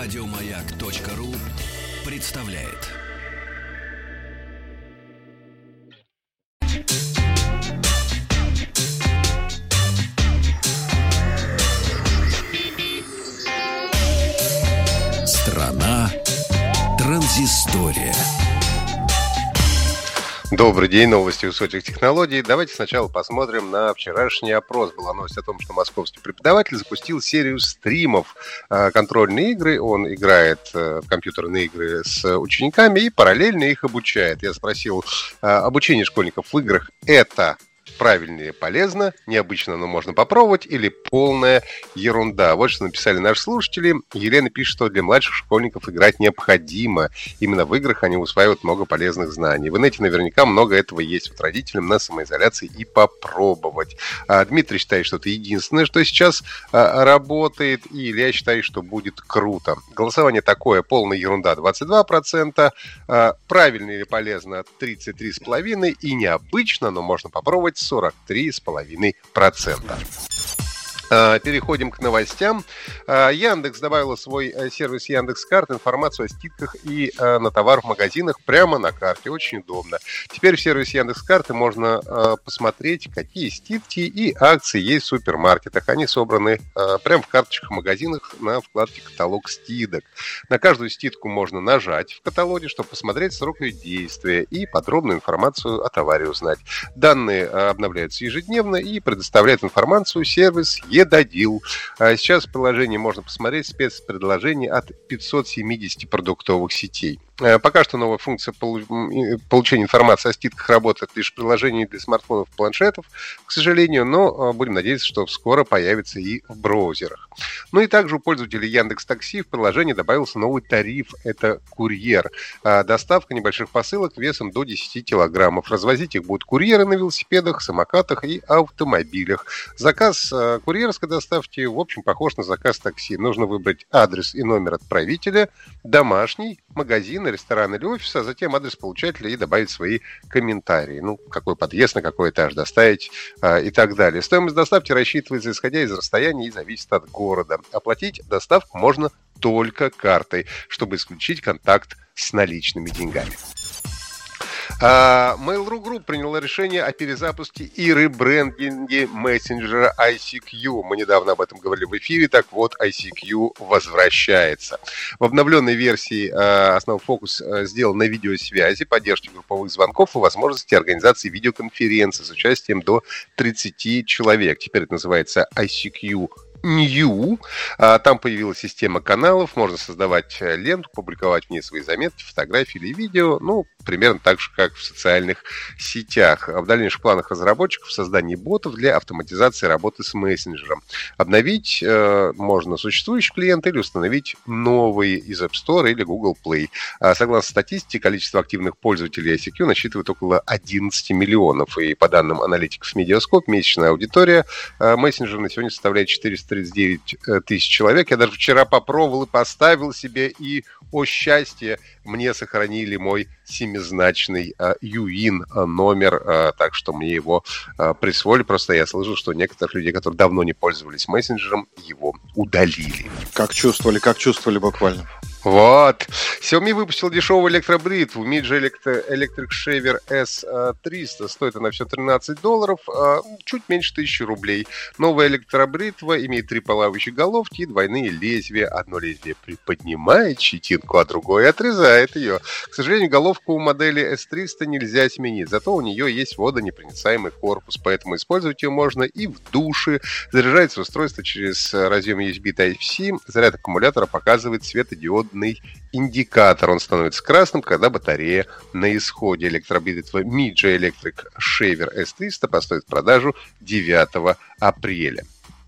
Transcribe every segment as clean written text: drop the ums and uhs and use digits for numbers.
Радиомаяк.ру представляет. Страна транзистория. Добрый день, новости высоких технологий. Давайте сначала посмотрим на вчерашний опрос. Была новость о том, что московский преподаватель запустил серию стримов контрольные игры. Он играет в компьютерные игры с учениками и параллельно их обучает. Я спросил, обучение школьников в играх – это правильно и полезно, необычно, но можно попробовать, или полная ерунда? Вот что написали наши слушатели. Елена пишет, что для младших школьников играть необходимо. Именно в играх они усваивают много полезных знаний. В инете наверняка много этого есть. Вот родителям на самоизоляции и попробовать. Дмитрий считает, что это единственное, что сейчас работает, и Илья считает, что будет круто. Голосование такое: полная ерунда 22%, правильно или полезно 33,5%, и необычно, но можно попробовать 43,5%. Переходим к новостям. Яндекс добавила в свой сервис Яндекс.Карт информацию о скидках и на товар в магазинах прямо на карте. Очень удобно. Теперь в сервисе Яндекс.Карты можно посмотреть, какие скидки и акции есть в супермаркетах. Они собраны прямо в карточках в магазинах на вкладке «Каталог скидок». На каждую скидку можно нажать в каталоге, чтобы посмотреть срок ее действия и подробную информацию о товаре узнать. Данные обновляются ежедневно и предоставляет информацию сервис Едадил. Сейчас в приложении можно посмотреть спецпредложения от 570 продуктовых сетей. Пока что новая функция получения информации о скидках работает лишь в приложении для смартфонов и планшетов, к сожалению, но будем надеяться, что скоро появится и в браузерах. Ну и также у пользователей Яндекс.Такси в приложении добавился новый тариф – это курьер. Доставка небольших посылок весом до 10 килограммов. Развозить их будут курьеры на велосипедах, самокатах и автомобилях. Заказ курьерской доставки, в общем, похож на заказ такси. Нужно выбрать адрес и номер отправителя, домашний, магазин, ресторан или офис, а затем адрес получателя и добавить свои комментарии. Ну, какой подъезд, на какой этаж доставить и так далее. Стоимость доставки рассчитывается исходя из расстояния и зависит от города. Оплатить доставку можно только картой, чтобы исключить контакт с наличными деньгами. Mail.ru Group приняла решение о перезапуске и ребрендинге мессенджера ICQ. Мы недавно об этом говорили в эфире. Так вот, ICQ возвращается. В обновленной версии основной фокус сделан на видеосвязи, поддержке групповых звонков и возможности организации видеоконференций с участием до 30 человек. Теперь это называется ICQ New. Там появилась система каналов, можно создавать ленту, публиковать в ней свои заметки, фотографии или видео, ну, примерно так же, как в социальных сетях. В дальнейших планах разработчиков создание ботов для автоматизации работы с мессенджером. Обновить можно существующий клиент или установить новые из App Store или Google Play. Согласно статистике, количество активных пользователей ICQ насчитывает около 11 миллионов. И по данным аналитиков Mediascope, месячная аудитория мессенджера на сегодня составляет 439 тысяч человек. Я даже вчера попробовал и поставил себе, и, о счастье, мне сохранили мой семизначный ЮИН номер, так что мне его присвоили. Просто я слышал, что некоторых людей, которые давно не пользовались мессенджером, его удалили. Как чувствовали буквально. Вот. Xiaomi выпустил дешевую электробритву Midge Electric Shaver S300. Стоит она всего $13, чуть меньше 1000 рублей. Новая электробритва имеет 3 плавающие головки и двойные лезвия. Одно лезвие приподнимает щетинку, а другое отрезает ее. К сожалению, головку у модели S300 нельзя сменить, зато у нее есть водонепроницаемый корпус, поэтому использовать ее можно и в душе. Заряжается устройство через разъем USB Type-C. Заряд аккумулятора показывает светодиодный индикатор. Он становится красным, когда батарея на исходе. Электробритва Midge Electric Shaver S300 поступит в продажу 9 апреля.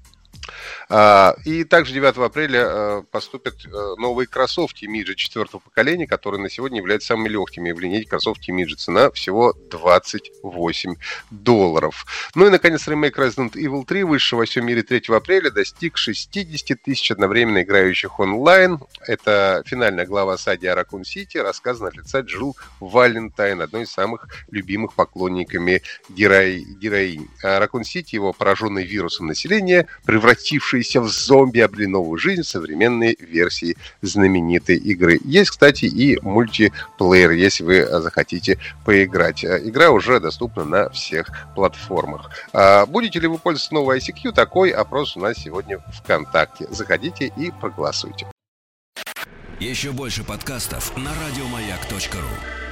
И также 9 апреля поступят новые кроссовки Midge 4-го поколения, которые на сегодня являются самыми легкими в линейке кроссовки Midge. Цена всего $28. Ну и, наконец, ремейк Resident Evil 3, вышедший во всем мире 3 апреля, достиг 60 тысяч одновременно играющих онлайн. Это финальная глава саги о Raccoon City, рассказана от лица Джилл Валентайн, одной из самых любимых поклонниками героинь. Raccoon City, его пораженный вирусом население, превратившись превратившиеся в зомби, обрели новую жизнь в современной версии знаменитой игры. Есть, кстати, и мультиплеер, если вы захотите поиграть. Игра уже доступна на всех платформах. Будете ли вы пользоваться новой ICQ? Такой опрос у нас сегодня ВКонтакте. Заходите и проголосуйте. Еще больше подкастов на радиомаяк.ру.